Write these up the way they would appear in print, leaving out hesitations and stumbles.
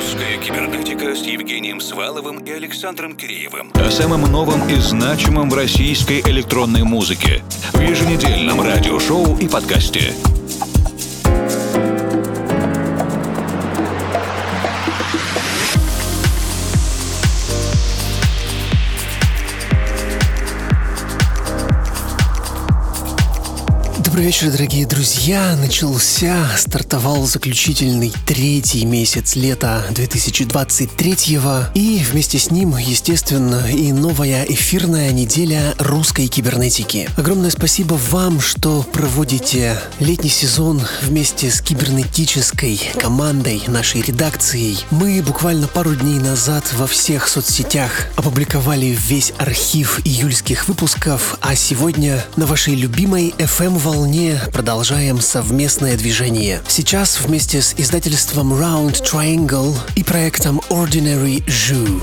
«Русская кибернетика» с Евгением Сваловым и Александром Киреевым. О самом новом и значимом в российской электронной музыке в еженедельном радиошоу и подкасте. Добрый вечер, дорогие друзья. Стартовал заключительный третий месяц лета 2023-го. И вместе с ним, естественно, и новая эфирная неделя русской кибернетики. Огромное спасибо вам, что проводите летний сезон вместе с кибернетической командой, нашей редакцией. Мы буквально пару дней назад во всех соцсетях опубликовали весь архив июльских выпусков, а сегодня на вашей любимой FM-волне продолжаем совместное движение. Сейчас вместе с издательством Round Triangle и проектом Ordinary Zoo.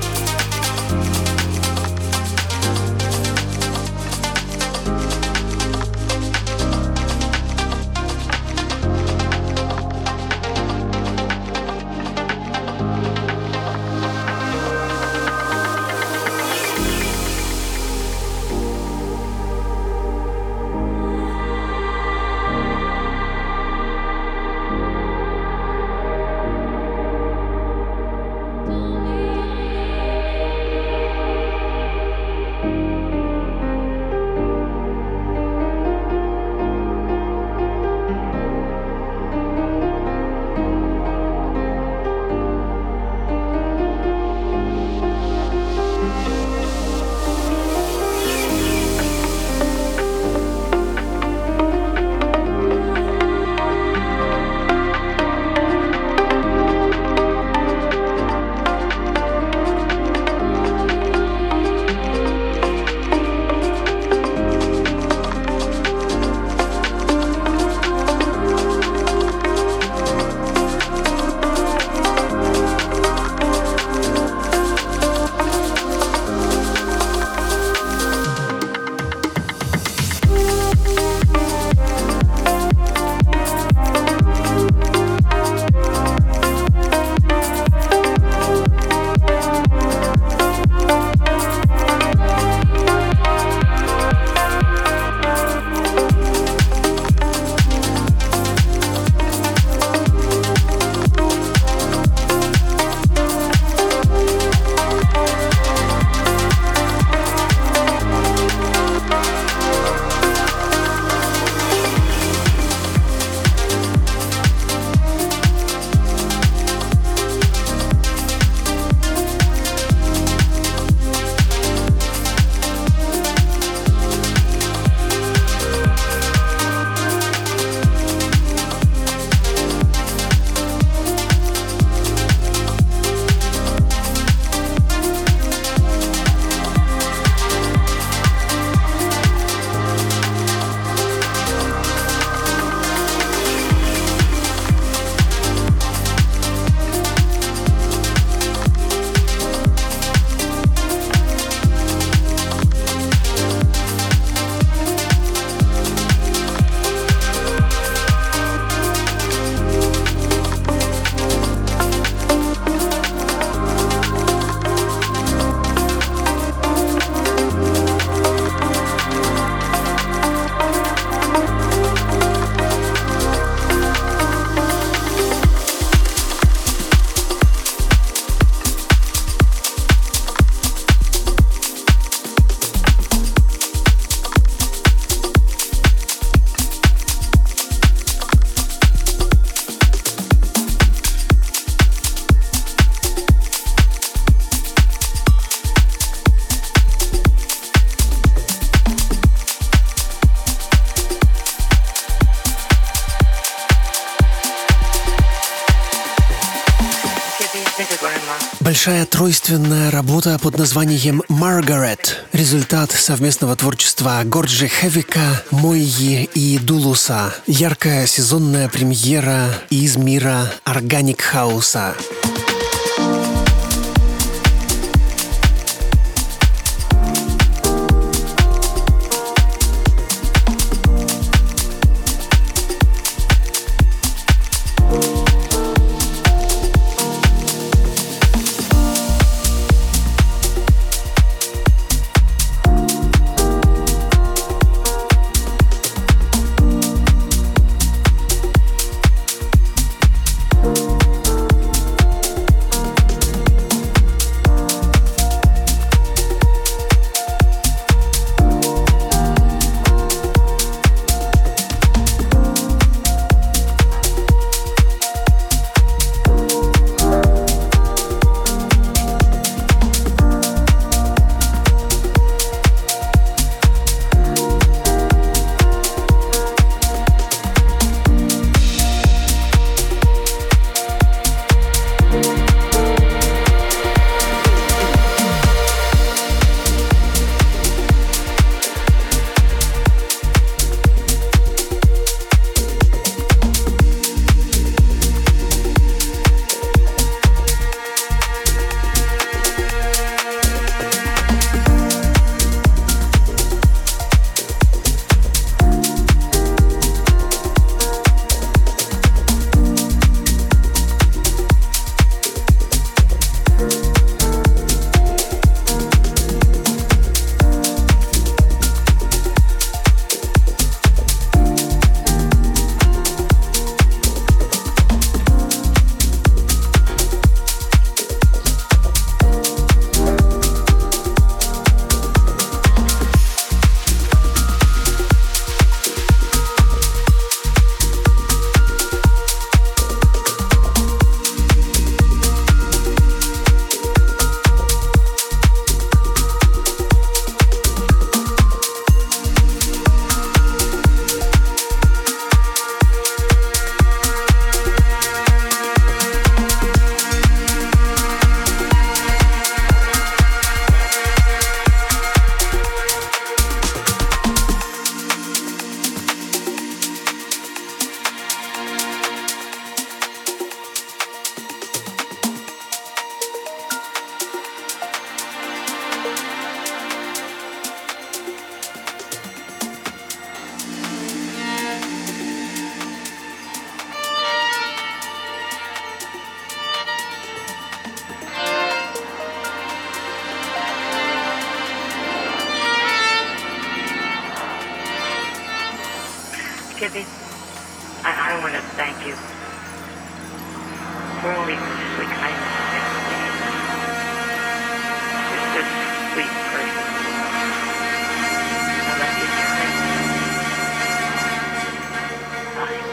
Большая тройственная работа под названием «Margaret» — результат совместного творчества Горджи Хевика, Мойи и Дулуса. Яркая сезонная премьера из мира органик хауса. to thank you for all the unusually kindness every day. You're such a sweet person. I love you dearly. Bye.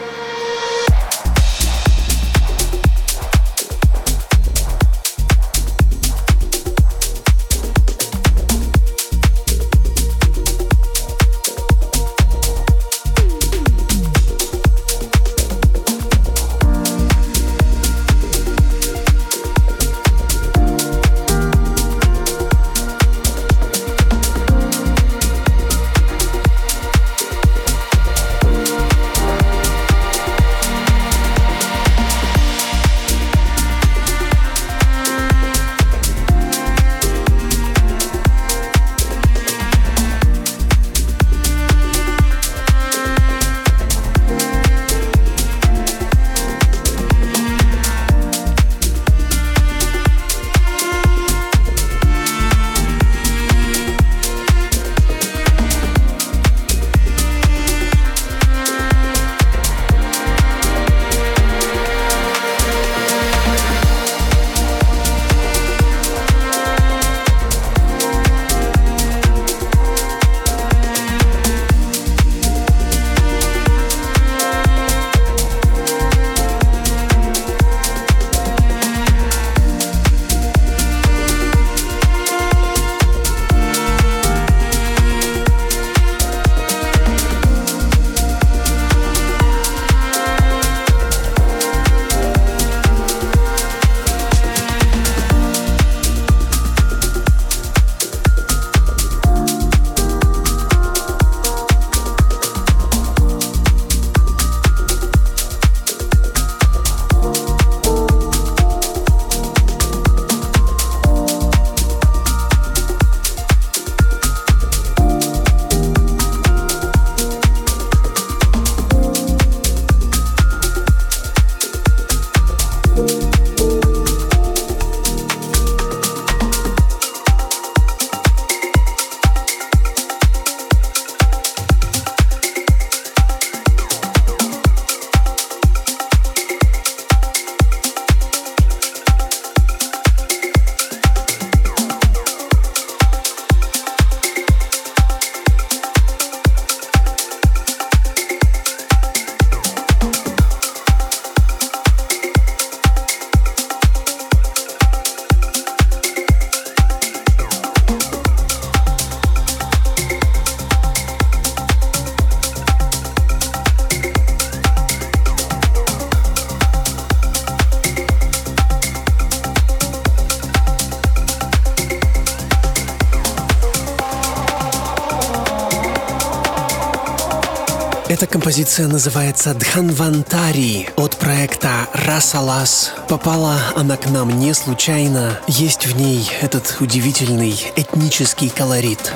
Эта композиция называется «Дханвантари» от проекта «Расалас». Попала она к нам не случайно. Есть в ней этот удивительный этнический колорит.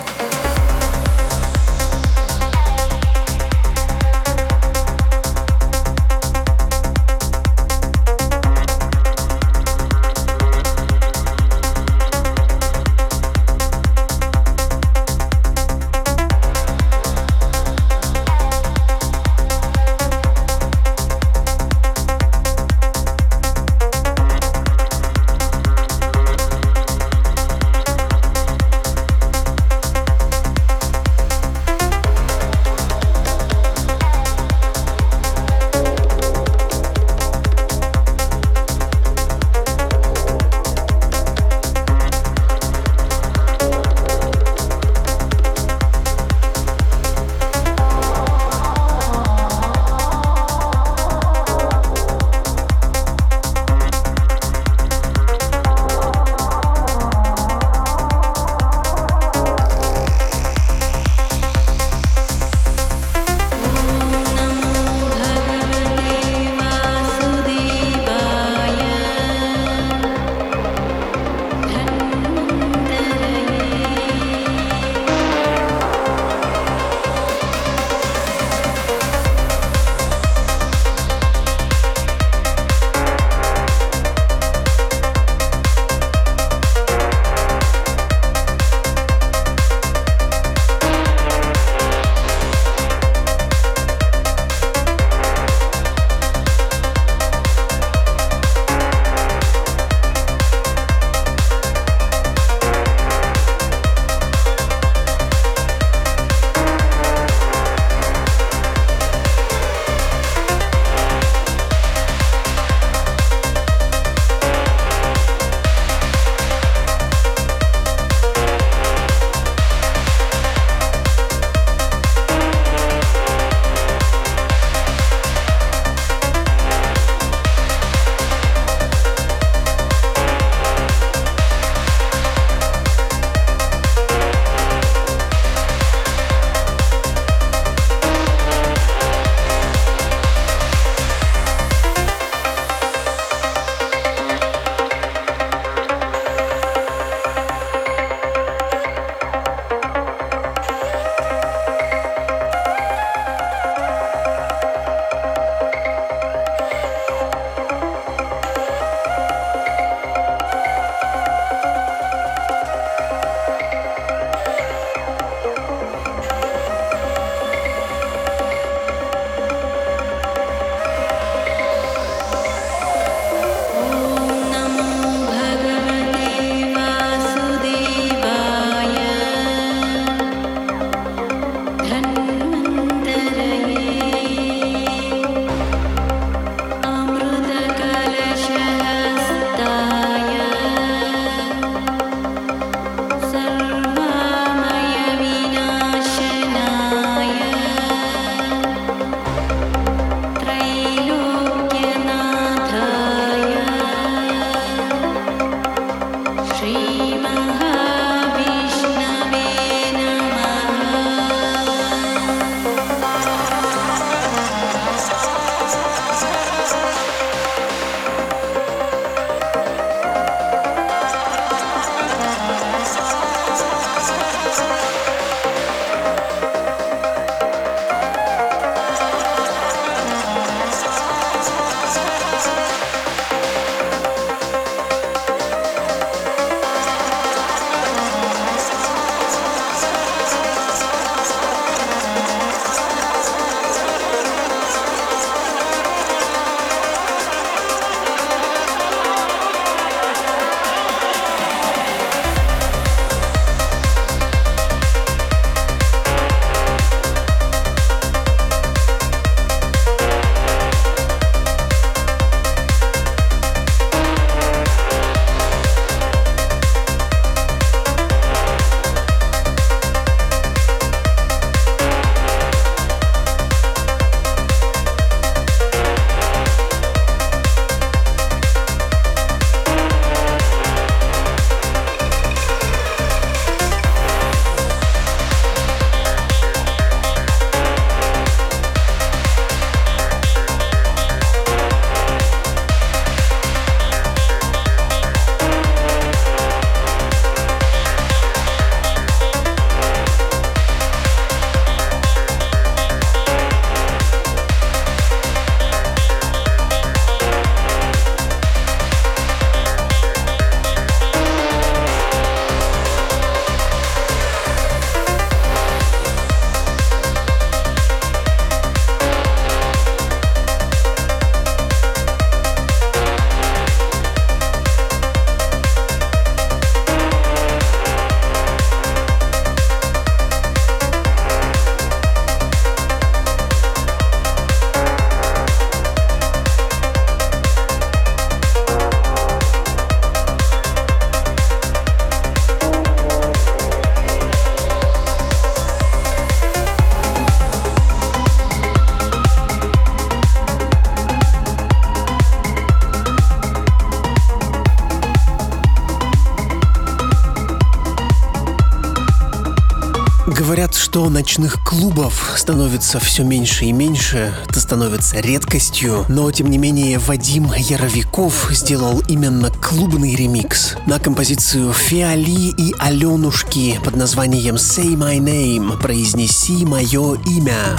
Говорят, что ночных клубов становится все меньше и меньше, это становится редкостью, но тем не менее Вадим Яровиков сделал именно клубный ремикс на композицию Фиали и Аленушки под названием «Say My Name», «Произнеси мое имя».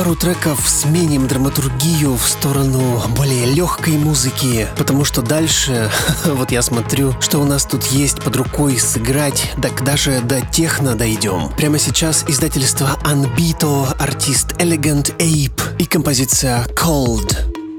пару треков сменим драматургию в сторону более легкой музыки, потому что дальше, вот я смотрю, что у нас тут есть под рукой сыграть, так даже до техно дойдем. Прямо сейчас издательство Anbito, артист Elegant Ape и композиция Cold.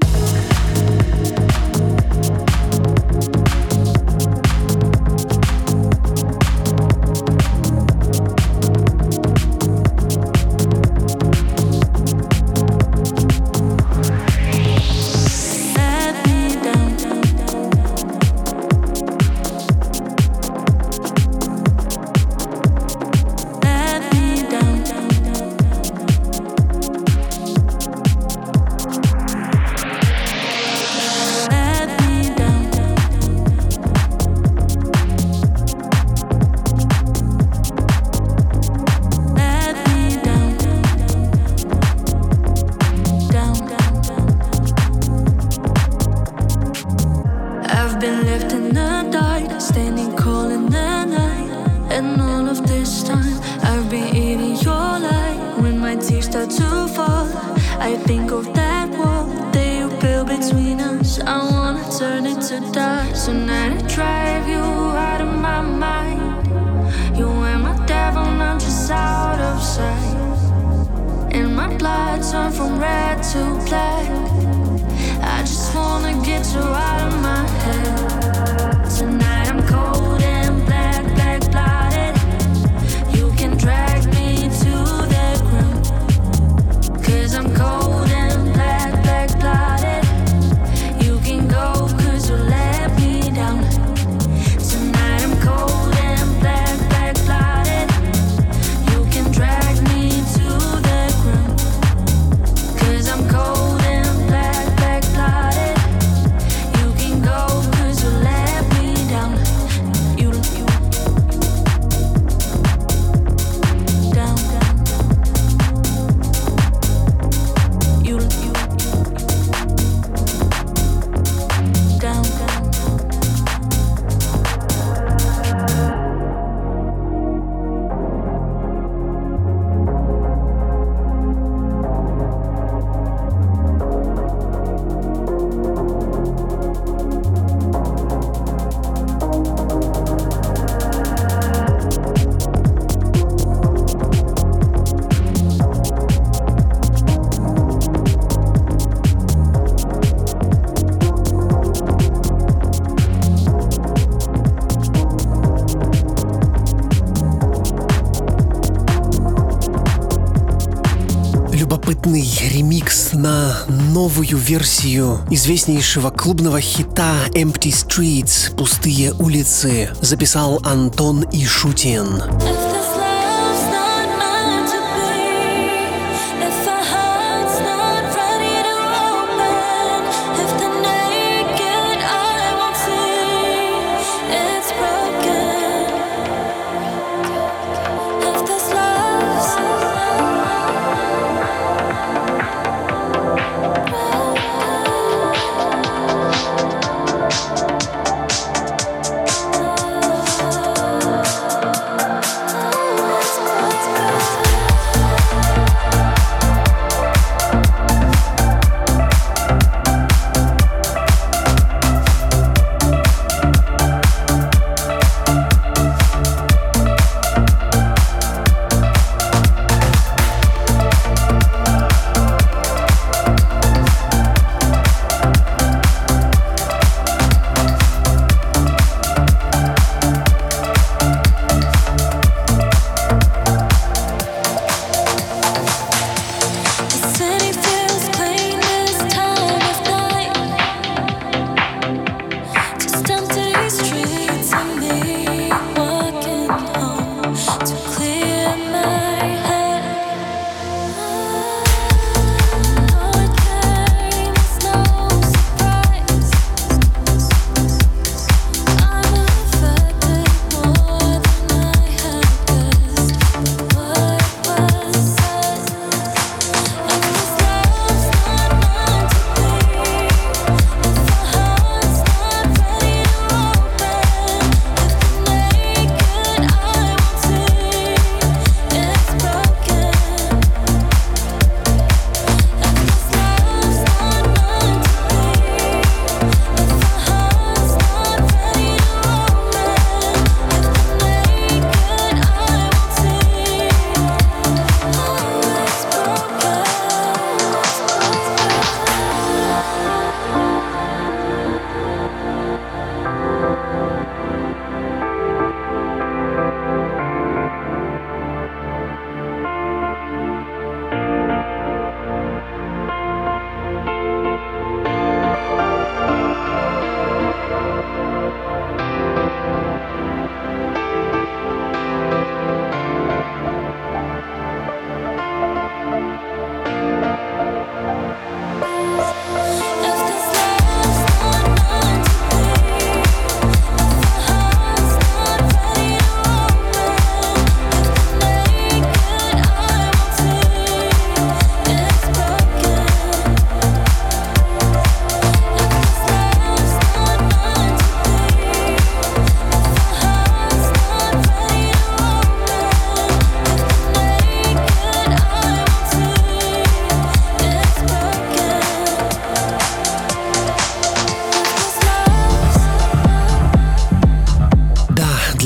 Ремикс на новую версию известнейшего клубного хита Empty Streets, пустые улицы, записал Антон Ишутин.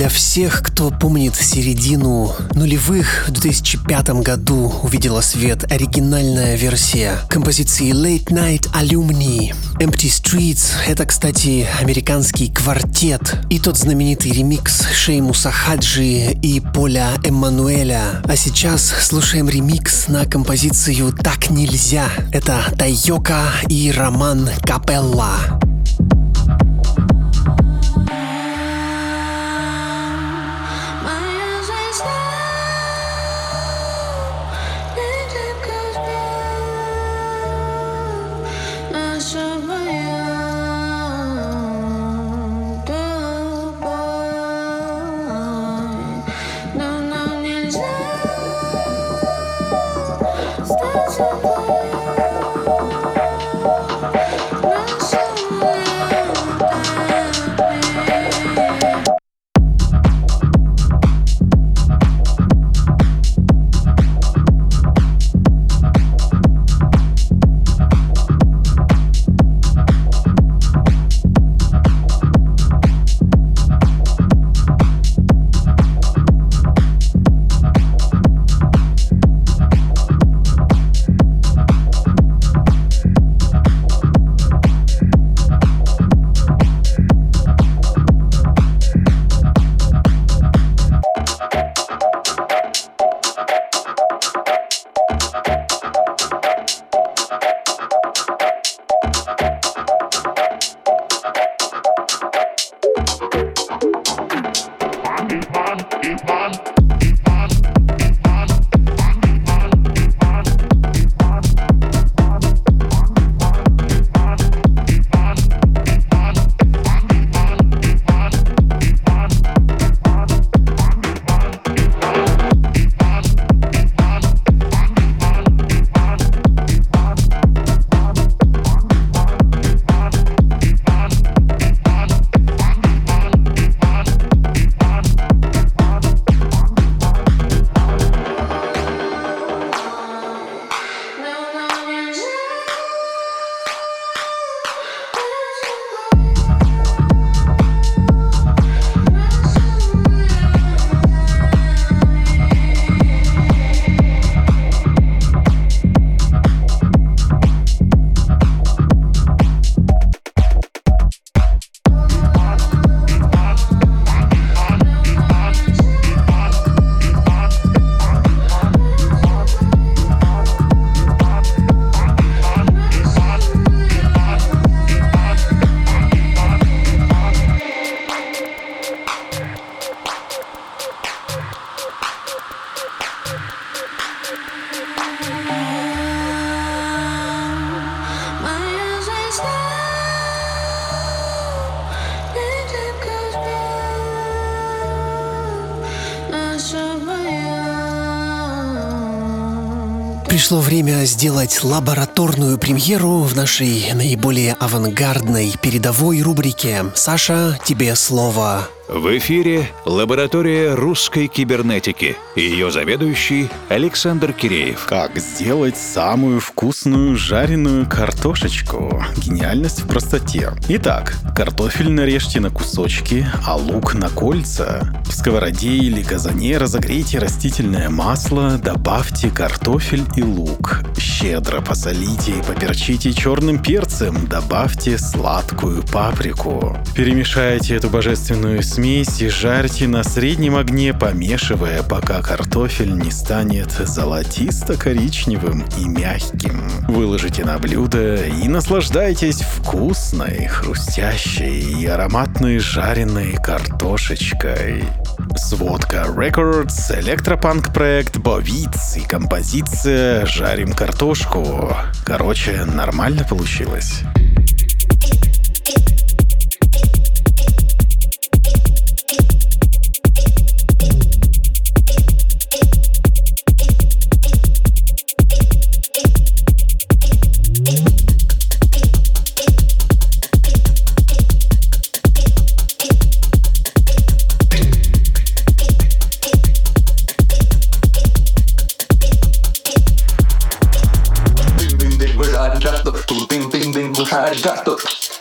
Для всех, кто помнит середину нулевых, в 2005 году увидела свет оригинальная версия композиции Late Night Alumni. Empty Streets — это, кстати, американский квартет и тот знаменитый ремикс Шеймуса Хаджи и Поля Эммануэля. А сейчас слушаем ремикс на композицию «Так нельзя». Это Тайока и Роман Капелла. Пришло время сделать лабораторную премьеру в нашей наиболее авангардной передовой рубрике. Саша, тебе слово. В эфире лаборатория русской кибернетики и ее заведующий Александр Киреев. Как сделать самую вкусную жареную картошечку? Гениальность в простоте. Итак, картофель нарежьте на кусочки, а лук на кольца. В сковороде или казане разогрейте растительное масло, добавьте картофель и лук. Щедро посолите и поперчите черным перцем, добавьте сладкую паприку. Перемешайте эту божественную смесь и жарьте на среднем огне, помешивая, пока картофель не станет золотисто-коричневым и мягким. Выложите на блюдо и наслаждайтесь вкусной, хрустящей и ароматной жареной картошечкой. Сводка Records, электропанк-проект Бовиц и композиция «Жарим картошку». Короче, нормально получилось.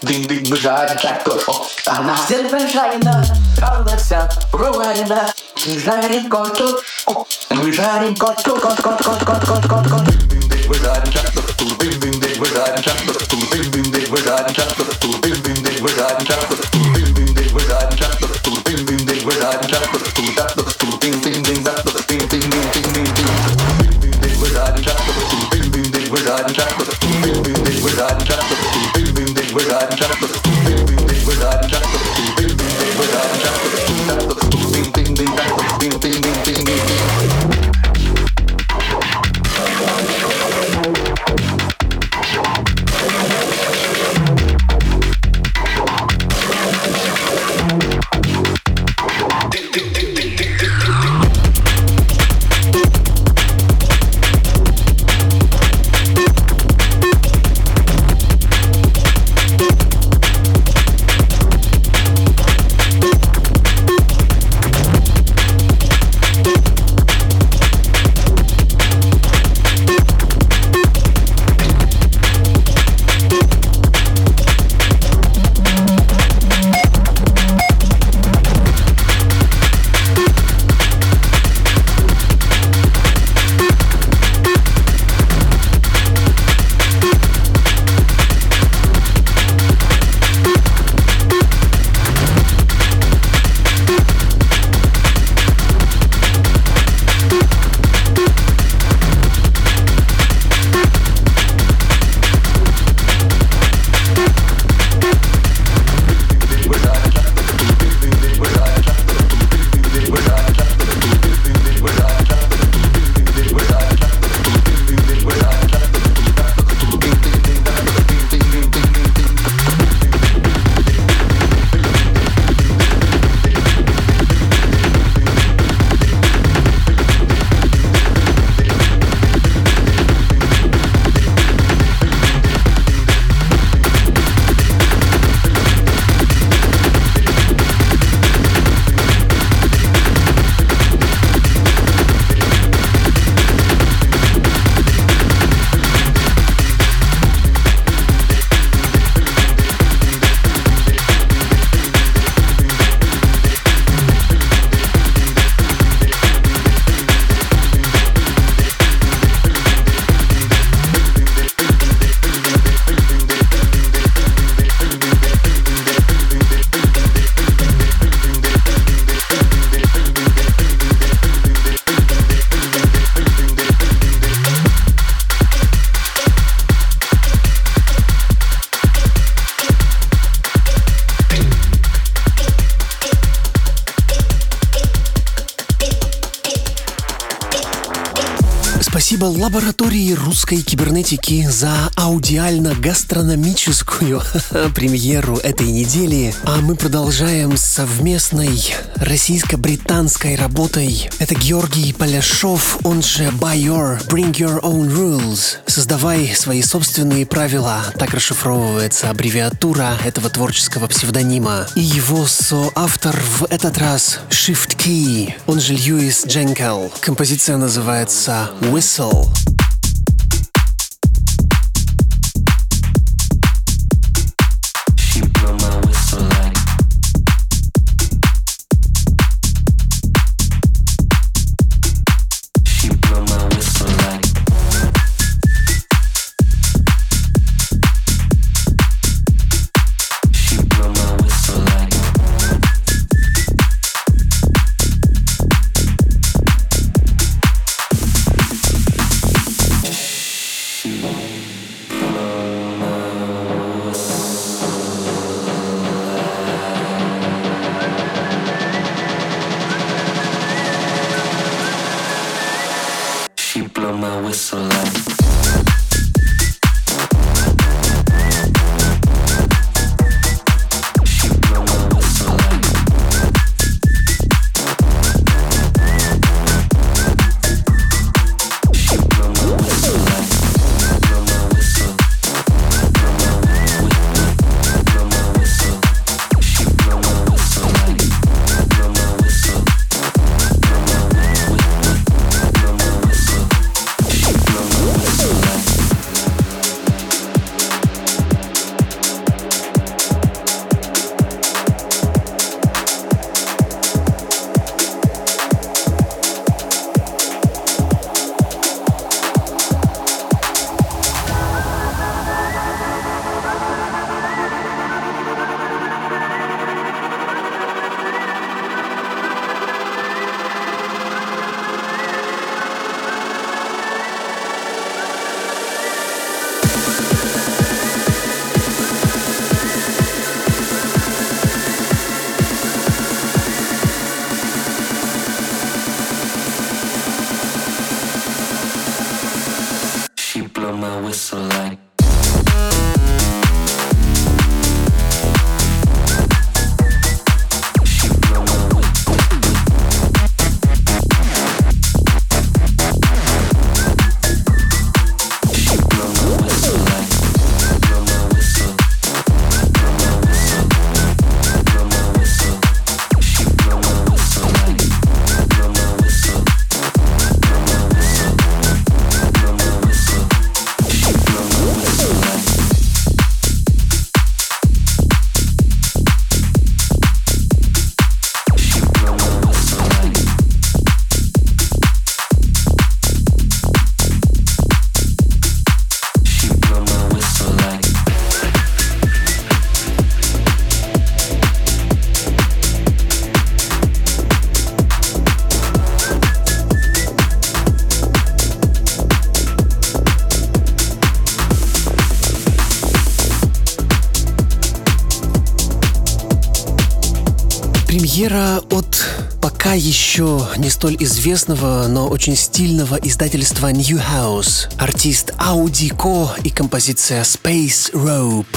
Дым-дым, мы жарим картошку. Она совершенно колодца, ругарина. Мы жарим картошку. Мы жарим картошку. Дым-дым, мы жарим картошку. Дым-дым, мы жарим картошку. Дым-дым, мы жарим картошку. Дым-дым, мы жарим картошку. Дым-дым, мы жарим картошку. Дым-дым, мы жарим картошку. Картошку, дым-дым, картошку, дым-дым, мы жарим картошку. Дым-дым, мы жарим картошку. Дым-дым, мы жарим картошку. Дым-дым, мы жарим картошку. Дым-дым, мы жарим картошку. Дым-дым, мы жарим картошку. Картошку, дым-дым, картошку, дым-дым. Спасибо лаборатории русской кибернетики за аудиально-гастрономическую премьеру этой недели. А мы продолжаем с совместной российско-британской работой. Это Георгий Поляшов, он же By Bring Your Own Rules. Создавай свои собственные правила. Так расшифровывается аббревиатура этого творческого псевдонима. И его соавтор в этот раз Shift Key, он же Льюис Дженкел. Композиция называется Whistle. Премьера от пока еще не столь известного, но очень стильного издательства New House. Артист Audiko и композиция Space Rope.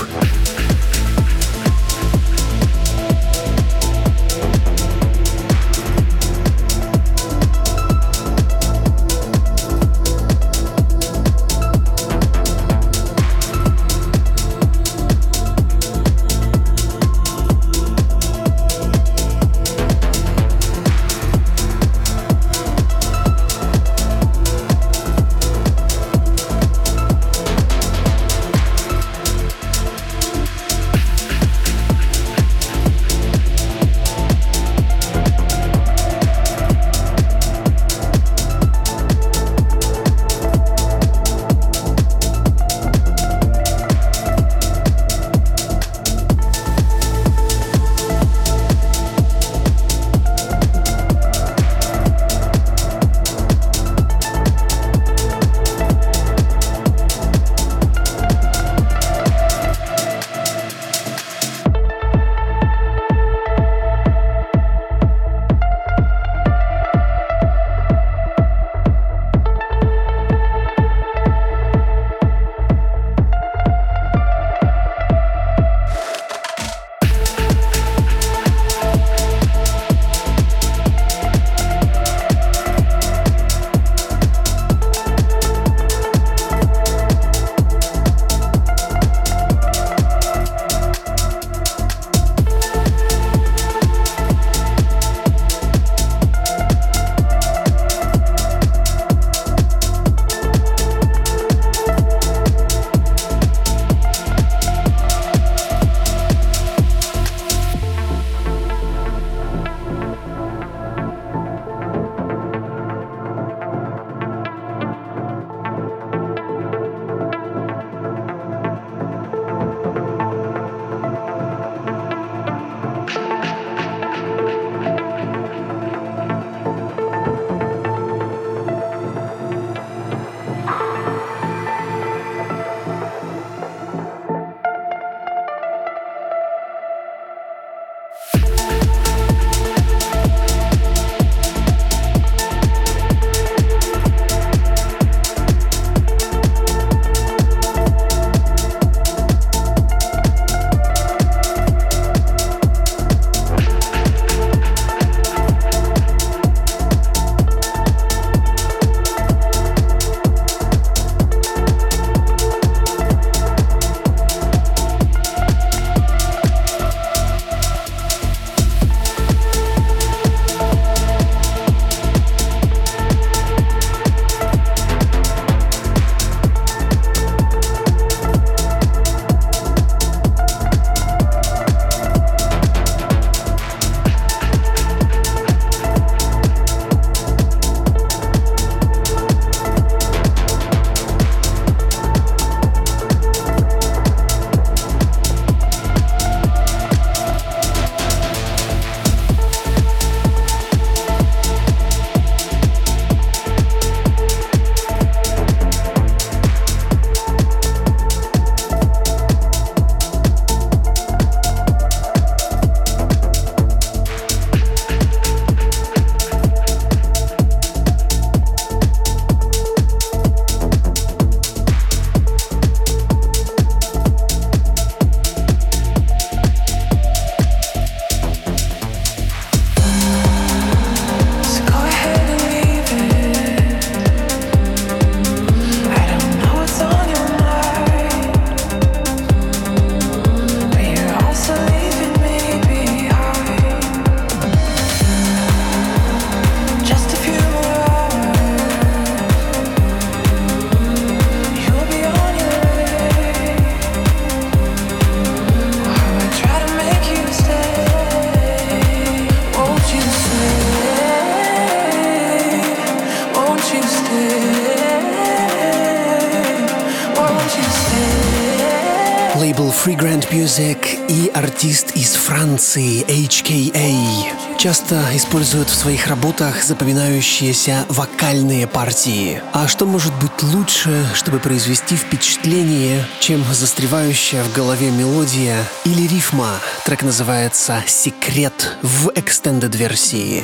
лейбл Freegrant Music и артист из Франции HKA часто используют в своих работах запоминающиеся вокальные партии. А что может быть лучше, чтобы произвести впечатление, чем застревающая в голове мелодия или рифма? Трек называется «Секрет» в экстендед-версии.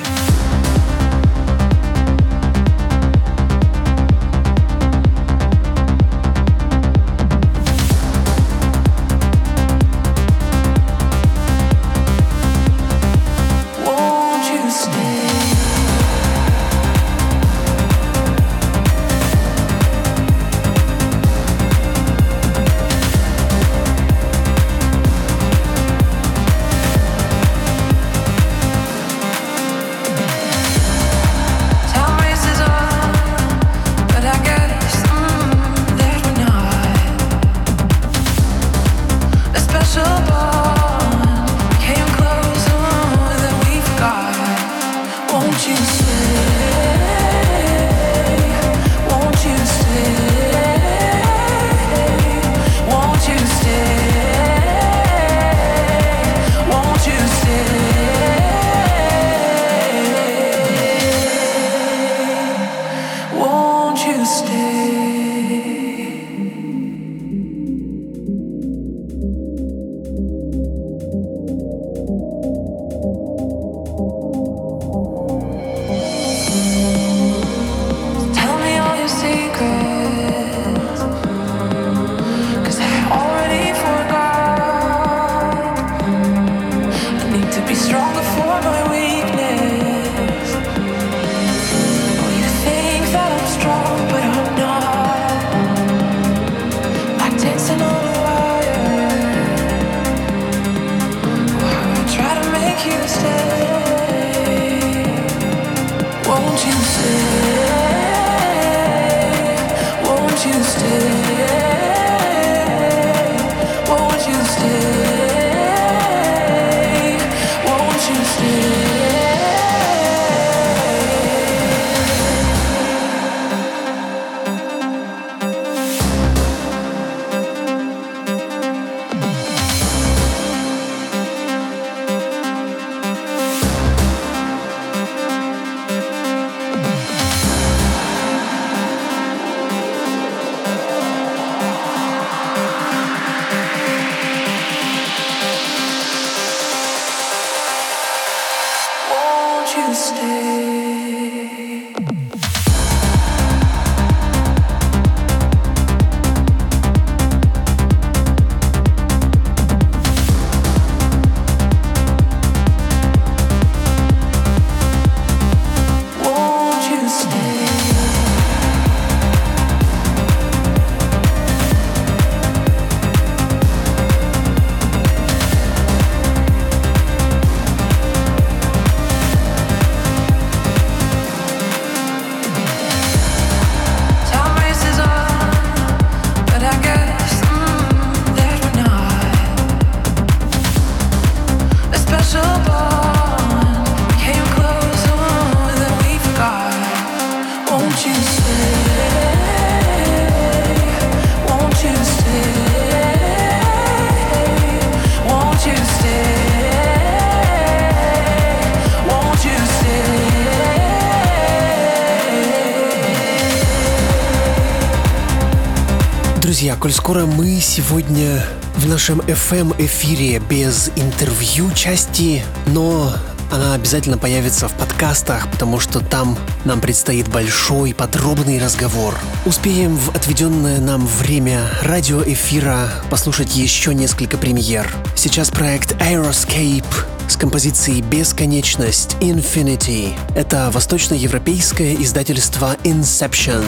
Друзья, коль скоро мы сегодня в нашем FM-эфире без интервью части, но она обязательно появится в подкастах, потому что там нам предстоит большой подробный разговор. Успеем в отведенное нам время радиоэфира послушать еще несколько премьер. Сейчас проект Aeroscape с композицией «Бесконечность» Infinity. Это восточноевропейское издательство Inception.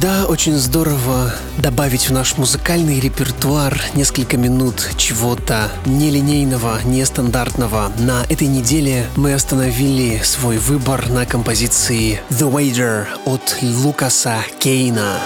всегда очень здорово добавить в наш музыкальный репертуар несколько минут чего-то нелинейного, нестандартного. На этой неделе мы остановили свой выбор на композиции The Wager от Лукаса Кейна.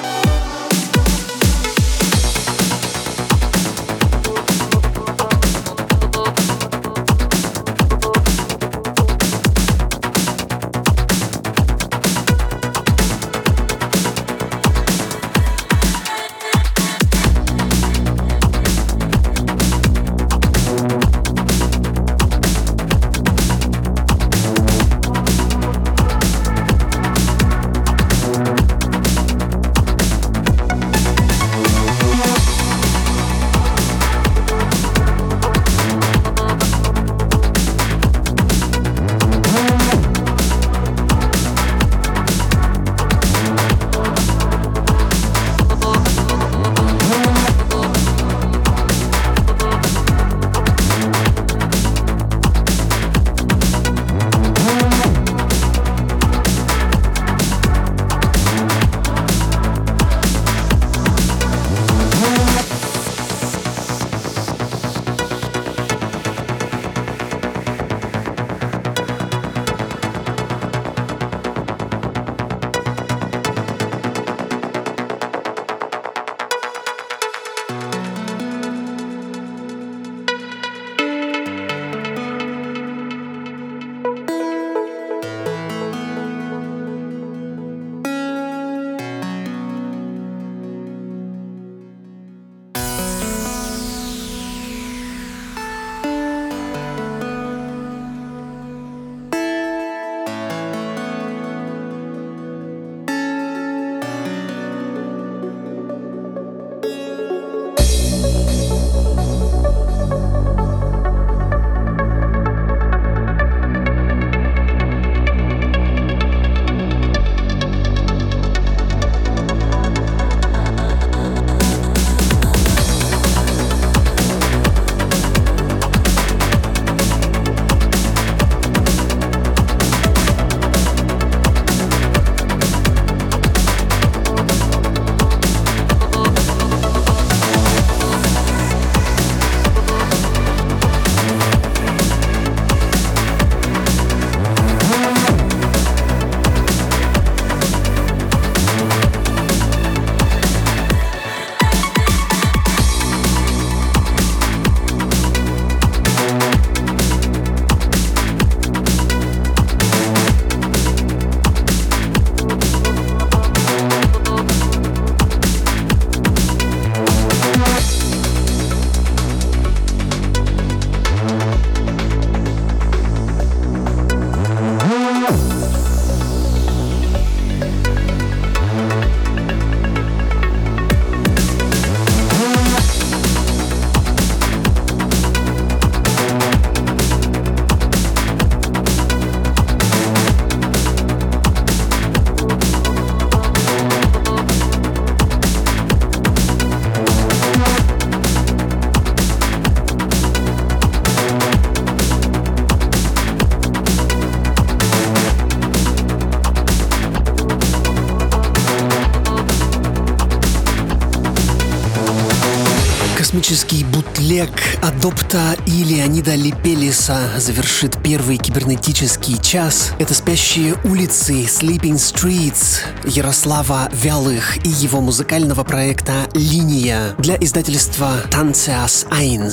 Космический бутлег Адопта и Леонида Липелиса завершит первый кибернетический час. Это «Спящие улицы» Sleeping Streets Ярослава Вялых и его музыкального проекта «Линия» для издательства Tanzeas 1.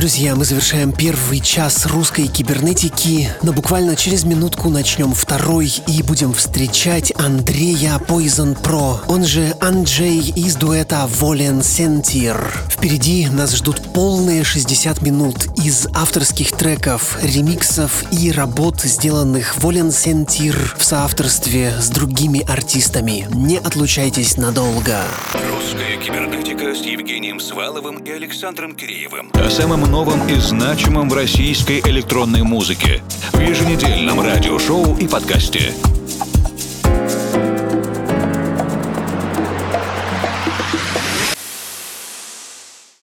Друзья, мы завершаем первый час русской кибернетики, но буквально через минутку начнем второй и будем встречать Андрея Poison Pro, он же Анджей из дуэта Волен Сентир. Впереди нас ждут полные 60 минут из авторских треков, ремиксов и работ, сделанных Волен Сентир в соавторстве с другими артистами. Не отлучайтесь надолго. Русская кибернетика с Евгением Сваловым и Александром Киреевым. О самом новом и значимом в российской электронной музыке в еженедельном радиошоу и подкасте.